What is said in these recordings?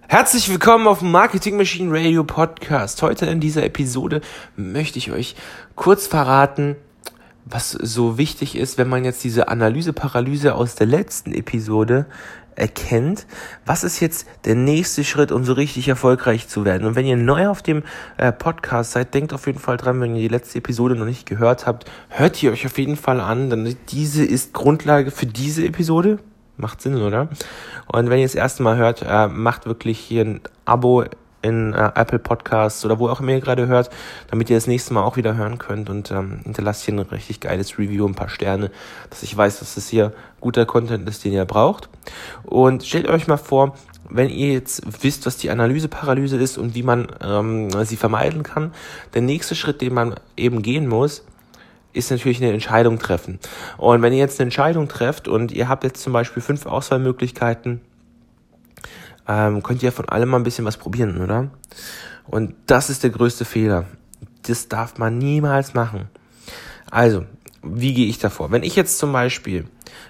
Herzlich willkommen auf dem Marketing Machine Radio Podcast. Heute in dieser Episode möchte ich euch kurz verraten, was so wichtig ist, wenn man jetzt diese Analyse-Paralyse aus der letzten Episode erkennt. Was ist jetzt der nächste Schritt, um so richtig erfolgreich zu werden? Und wenn ihr neu auf dem Podcast seid, denkt auf jeden Fall dran, wenn ihr die letzte Episode noch nicht gehört habt, hört ihr euch auf jeden Fall an, denn diese ist Grundlage für diese Episode. Macht Sinn, oder? Und wenn ihr das erste Mal hört, macht wirklich hier ein Abo in Apple Podcasts oder wo auch immer ihr gerade hört, damit ihr das nächste Mal auch wieder hören könnt und hinterlasst hier ein richtig geiles Review, ein paar Sterne, dass ich weiß, dass das hier guter Content ist, den ihr braucht. Und stellt euch mal vor, wenn ihr jetzt wisst, was die Analyse-Paralyse ist und wie man sie vermeiden kann, der nächste Schritt, den man eben gehen muss, ist natürlich eine Entscheidung treffen. Und wenn ihr jetzt eine Entscheidung trefft und ihr habt jetzt zum Beispiel 5 Auswahlmöglichkeiten, könnt ihr von allem mal ein bisschen was probieren, oder? Und das ist der größte Fehler. Das darf man niemals machen. Also, wie gehe ich davor? Wenn ich jetzt zum Beispiel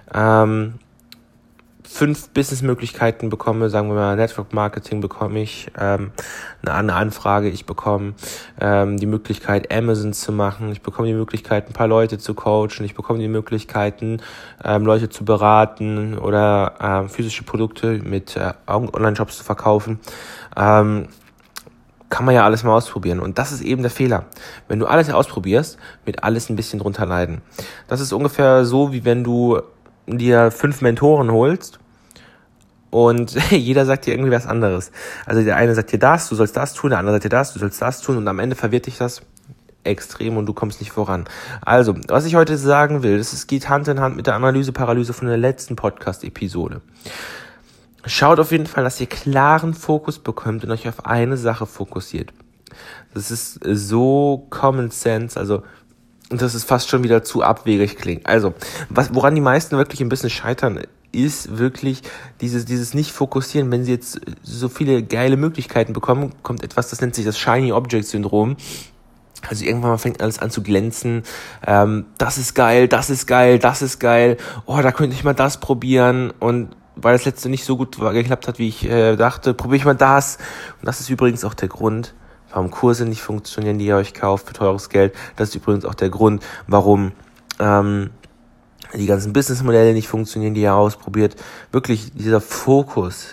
5 Businessmöglichkeiten bekomme, sagen wir mal Network Marketing, bekomme ich eine Anfrage, ich bekomme die Möglichkeit Amazon zu machen, ich bekomme die Möglichkeit ein paar Leute zu coachen, ich bekomme die Möglichkeiten Leute zu beraten oder physische Produkte mit Online-Shops zu verkaufen, kann man ja alles mal ausprobieren. Und das ist eben der Fehler. Wenn du alles ausprobierst, wird alles ein bisschen drunter leiden. Das ist ungefähr so, wie wenn du dir 5 Mentoren holst und jeder sagt dir irgendwie was anderes. Also der eine sagt dir das, du sollst das tun, der andere sagt dir das, du sollst das tun und am Ende verwirrt dich das extrem und du kommst nicht voran. Also, was ich heute sagen will, es geht Hand in Hand mit der Analyse-Paralyse von der letzten Podcast-Episode. Schaut auf jeden Fall, dass ihr klaren Fokus bekommt und euch auf eine Sache fokussiert. Das ist so Common Sense, also und das ist fast schon wieder zu abwegig klingt. Also, woran die meisten wirklich ein bisschen scheitern, ist wirklich dieses Nicht-Fokussieren. Wenn sie jetzt so viele geile Möglichkeiten bekommen, kommt etwas, das nennt sich das Shiny Object Syndrom. Also irgendwann mal fängt alles an zu glänzen. Das ist geil, das ist geil, das ist geil. Oh, da könnte ich mal das probieren. Und weil das letzte nicht so gut geklappt hat, wie ich dachte, probiere ich mal das. Und das ist übrigens auch der Grund, warum Kurse nicht funktionieren, die ihr euch kauft für teures Geld. Das ist übrigens auch der Grund, warum die ganzen Businessmodelle nicht funktionieren, die ihr ausprobiert. Wirklich dieser Fokus,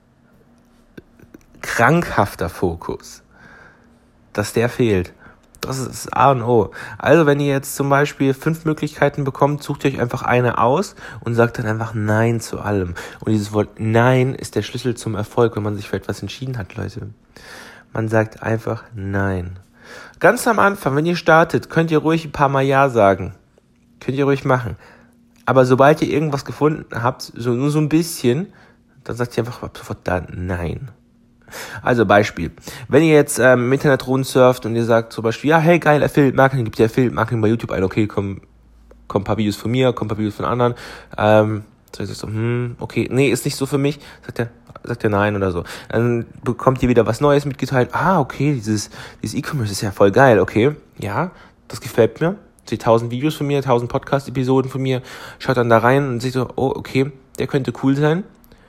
krankhafter Fokus, dass der fehlt. Das ist das A und O. Also wenn ihr jetzt zum Beispiel 5 Möglichkeiten bekommt, sucht ihr euch einfach eine aus und sagt dann einfach Nein zu allem. Und dieses Wort Nein ist der Schlüssel zum Erfolg, wenn man sich für etwas entschieden hat, Leute. Man sagt einfach Nein. Ganz am Anfang, wenn ihr startet, könnt ihr ruhig ein paar Mal Ja sagen. Könnt ihr ruhig machen. Aber sobald ihr irgendwas gefunden habt, nur so ein bisschen, dann sagt ihr einfach sofort da Nein. Also Beispiel. Wenn ihr jetzt im Internet rumsurft und ihr sagt zum Beispiel, ja, hey, geil, Affiliate Marketing, gibt ja Affiliate Marketing bei YouTube ein, okay, kommen ein paar Videos von mir, kommen ein paar Videos von anderen, so ich so, okay, nee, ist nicht so für mich, sagt er nein oder so. Dann bekommt ihr wieder was Neues mitgeteilt, okay, dieses E-Commerce ist ja voll geil, okay, ja, das gefällt mir, seht 1000 Videos von mir, 1000 Podcast-Episoden von mir, schaut dann da rein und seht so, oh, okay, der könnte cool sein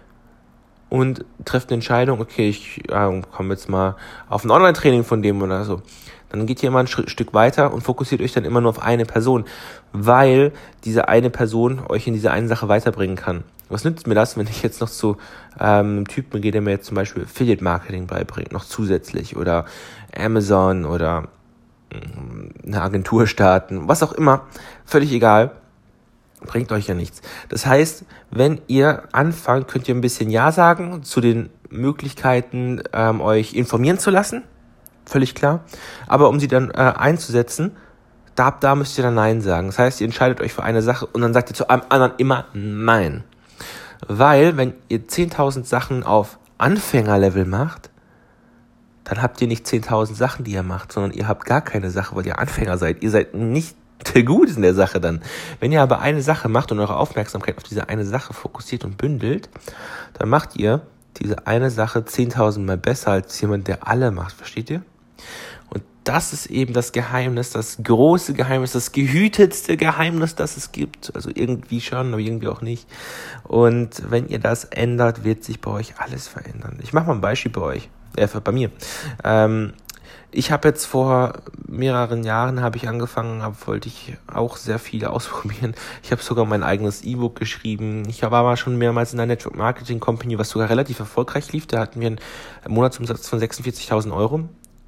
und trefft eine Entscheidung, okay, ich komme jetzt mal auf ein Online-Training von dem oder so. Dann geht ihr mal ein Stück weiter und fokussiert euch dann immer nur auf eine Person, weil diese eine Person euch in diese eine Sache weiterbringen kann. Was nützt mir das, wenn ich jetzt noch zu einem Typen gehe, der mir jetzt zum Beispiel Affiliate Marketing beibringt, noch zusätzlich oder Amazon oder eine Agentur starten, was auch immer, völlig egal, bringt euch ja nichts. Das heißt, wenn ihr anfangt, könnt ihr ein bisschen Ja sagen zu den Möglichkeiten, euch informieren zu lassen, völlig klar, aber um sie dann einzusetzen, da müsst ihr dann Nein sagen. Das heißt, ihr entscheidet euch für eine Sache und dann sagt ihr zu einem anderen immer Nein. Weil, wenn ihr 10.000 Sachen auf Anfängerlevel macht, dann habt ihr nicht 10.000 Sachen, die ihr macht, sondern ihr habt gar keine Sache, weil ihr Anfänger seid. Ihr seid nicht gut in der Sache dann. Wenn ihr aber eine Sache macht und eure Aufmerksamkeit auf diese eine Sache fokussiert und bündelt, dann macht ihr diese eine Sache 10.000 Mal besser als jemand, der alle macht. Versteht ihr? Und das ist eben das Geheimnis, das große Geheimnis, das gehütetste Geheimnis, das es gibt. Also irgendwie schon, aber irgendwie auch nicht. Und wenn ihr das ändert, wird sich bei euch alles verändern. Ich mache mal ein Beispiel bei mir. Ich habe jetzt vor mehreren Jahren angefangen, wollte ich auch sehr viele ausprobieren. Ich habe sogar mein eigenes E-Book geschrieben. Ich war mal schon mehrmals in einer Network Marketing Company, was sogar relativ erfolgreich lief. Da hatten wir einen Monatsumsatz von 46.000 Euro.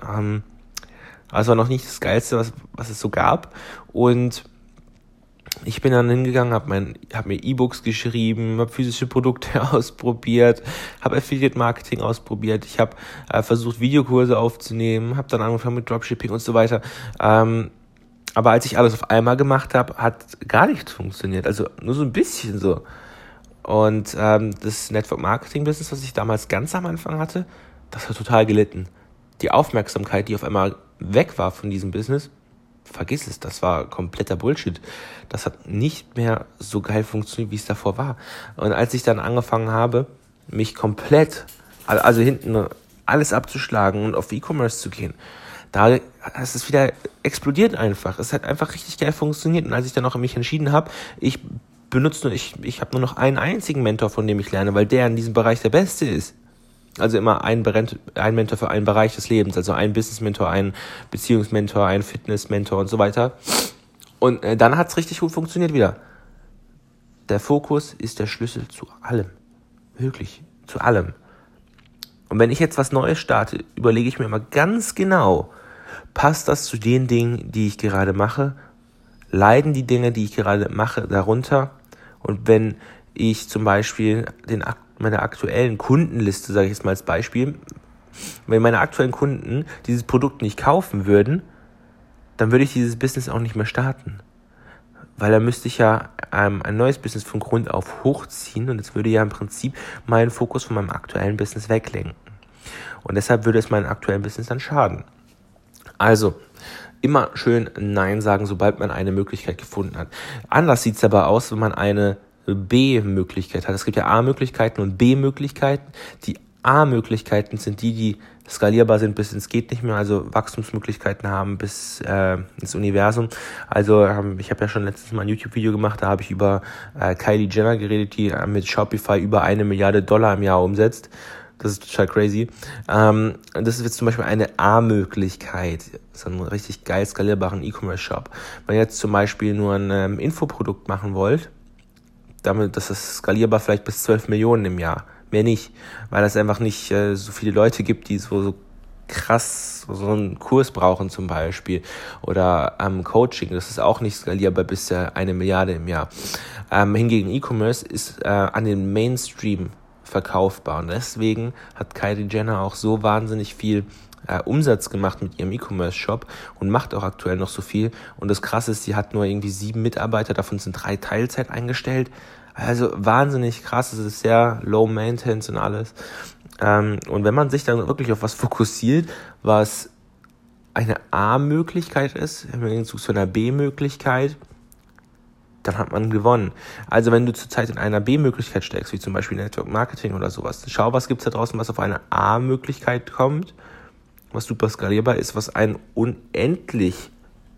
Also war noch nicht das Geilste, was es so gab. Und ich bin dann hingegangen, habe mir E-Books geschrieben, habe physische Produkte ausprobiert, habe Affiliate-Marketing ausprobiert, ich habe versucht, Videokurse aufzunehmen, habe dann angefangen mit Dropshipping und so weiter. Aber als ich alles auf einmal gemacht habe, hat gar nichts funktioniert, also nur so ein bisschen so. Und das Network-Marketing-Business, was ich damals ganz am Anfang hatte, das hat total gelitten. Die Aufmerksamkeit, die auf einmal weg war von diesem Business, vergiss es, das war kompletter Bullshit. Das hat nicht mehr so geil funktioniert, wie es davor war. Und als ich dann angefangen habe, mich komplett, also hinten alles abzuschlagen und auf E-Commerce zu gehen, da ist es wieder explodiert einfach. Es hat einfach richtig geil funktioniert. Und als ich dann auch mich entschieden habe, ich habe nur noch einen einzigen Mentor, von dem ich lerne, weil der in diesem Bereich der Beste ist. Also immer ein Mentor für einen Bereich des Lebens, also ein Business-Mentor, ein Beziehungsmentor, ein Fitness-Mentor und so weiter. Und dann hat's richtig gut funktioniert wieder. Der Fokus ist der Schlüssel zu allem. Wirklich, zu allem. Und wenn ich jetzt was Neues starte, überlege ich mir immer ganz genau, passt das zu den Dingen, die ich gerade mache? Leiden die Dinge, die ich gerade mache, darunter? Und wenn ich zum Beispiel meine aktuellen Kundenliste, sage ich jetzt mal als Beispiel, wenn meine aktuellen Kunden dieses Produkt nicht kaufen würden, dann würde ich dieses Business auch nicht mehr starten. Weil dann müsste ich ja ein neues Business von Grund auf hochziehen und es würde ja im Prinzip meinen Fokus von meinem aktuellen Business weglenken. Und deshalb würde es meinem aktuellen Business dann schaden. Also, immer schön Nein sagen, sobald man eine Möglichkeit gefunden hat. Anders sieht es aber aus, wenn man eine B-Möglichkeit hat. Es gibt ja A-Möglichkeiten und B-Möglichkeiten. Die A-Möglichkeiten sind die skalierbar sind bis ins geht nicht mehr, also Wachstumsmöglichkeiten haben bis ins Universum. Also ich habe ja schon letztens mal ein YouTube-Video gemacht, da habe ich über Kylie Jenner geredet, die mit Shopify über $1 Milliarde im Jahr umsetzt. Das ist total crazy. Das ist jetzt zum Beispiel eine A-Möglichkeit. So einen richtig geil skalierbaren E-Commerce-Shop. Wenn ihr jetzt zum Beispiel nur ein Infoprodukt machen wollt, damit, dass es skalierbar vielleicht bis 12 Millionen im Jahr. Mehr nicht, weil es einfach nicht so viele Leute gibt, die so krass so einen Kurs brauchen zum Beispiel. Oder Coaching, das ist auch nicht skalierbar bis 1 Milliarde im Jahr. Hingegen E-Commerce ist an den Mainstream verkaufbar. Und deswegen hat Kylie Jenner auch so wahnsinnig viel Umsatz gemacht mit ihrem E-Commerce-Shop und macht auch aktuell noch so viel. Und das Krasse ist, sie hat nur irgendwie 7 Mitarbeiter, davon sind 3 Teilzeit eingestellt. Also wahnsinnig krass, es ist sehr low maintenance und alles. Und wenn man sich dann wirklich auf was fokussiert, was eine A-Möglichkeit ist, im Gegenzug zu einer B-Möglichkeit, dann hat man gewonnen. Also wenn du zurzeit in einer B-Möglichkeit steckst, wie zum Beispiel Network Marketing oder sowas, schau, was gibt's da draußen, was auf eine A-Möglichkeit kommt, was super skalierbar ist, was ein unendliches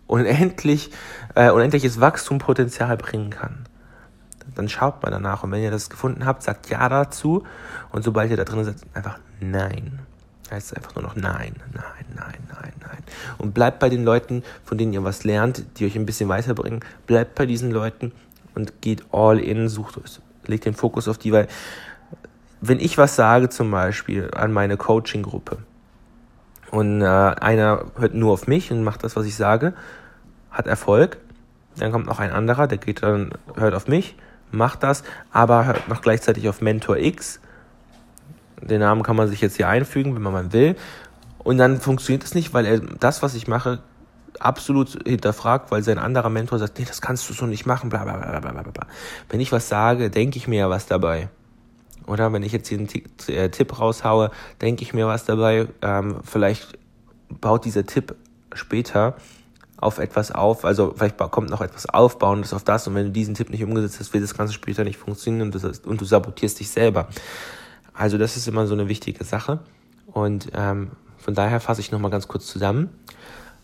Wachstumspotenzial bringen kann. Dann schaut man danach und wenn ihr das gefunden habt, sagt ja dazu und sobald ihr da drin seid, einfach nein. Heißt es einfach nur noch nein. Und bleibt bei den Leuten, von denen ihr was lernt, die euch ein bisschen weiterbringen. Bleibt bei diesen Leuten und geht all in, legt den Fokus auf die, weil wenn ich was sage zum Beispiel an meine Coaching-Gruppe und einer hört nur auf mich und macht das, was ich sage, hat Erfolg, dann kommt noch ein anderer, der hört auf mich, macht das, aber hört noch gleichzeitig auf Mentor X. Den Namen kann man sich jetzt hier einfügen, wenn man mal will. Und dann funktioniert es nicht, weil er das, was ich mache, absolut hinterfragt, weil sein anderer Mentor sagt, nee, das kannst du so nicht machen, bla bla bla bla bla. Wenn ich was sage, denke ich mir ja was dabei. Oder wenn ich jetzt hier einen Tipp raushaue, denke ich mir was dabei. Vielleicht baut dieser Tipp später auf etwas auf, also vielleicht kommt noch etwas Aufbauendes auf das und wenn du diesen Tipp nicht umgesetzt hast, wird das Ganze später nicht funktionieren und du sabotierst dich selber. Also das ist immer so eine wichtige Sache und von daher fasse ich nochmal ganz kurz zusammen.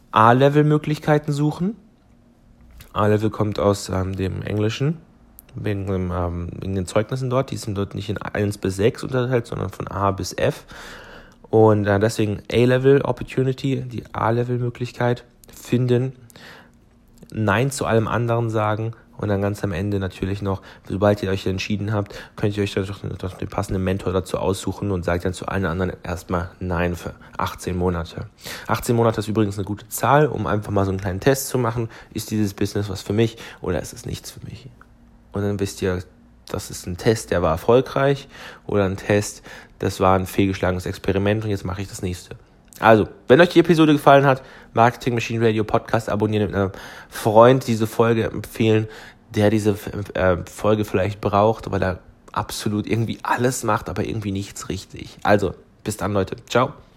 A-Level-Möglichkeiten suchen. A-Level kommt aus dem Englischen, wegen den Zeugnissen dort. Die sind dort nicht in 1 bis 6 unterteilt, sondern von A bis F. Und deswegen A-Level Opportunity, die A-Level-Möglichkeit finden, Nein zu allem anderen sagen und dann ganz am Ende natürlich noch, sobald ihr euch entschieden habt, könnt ihr euch doch den passenden Mentor dazu aussuchen und sagt dann zu allen anderen erstmal Nein für 18 Monate. 18 Monate ist übrigens eine gute Zahl, um einfach mal so einen kleinen Test zu machen. Ist dieses Business was für mich oder ist es nichts für mich? Und dann wisst ihr, das ist ein Test, der war erfolgreich oder ein Test, das war ein fehlgeschlagenes Experiment und jetzt mache ich das nächste. Also, wenn euch die Episode gefallen hat, Marketing Machine Radio Podcast abonnieren, mit einem Freund diese Folge empfehlen, der diese Folge vielleicht braucht, weil er absolut irgendwie alles macht, aber irgendwie nichts richtig. Also, bis dann, Leute. Ciao.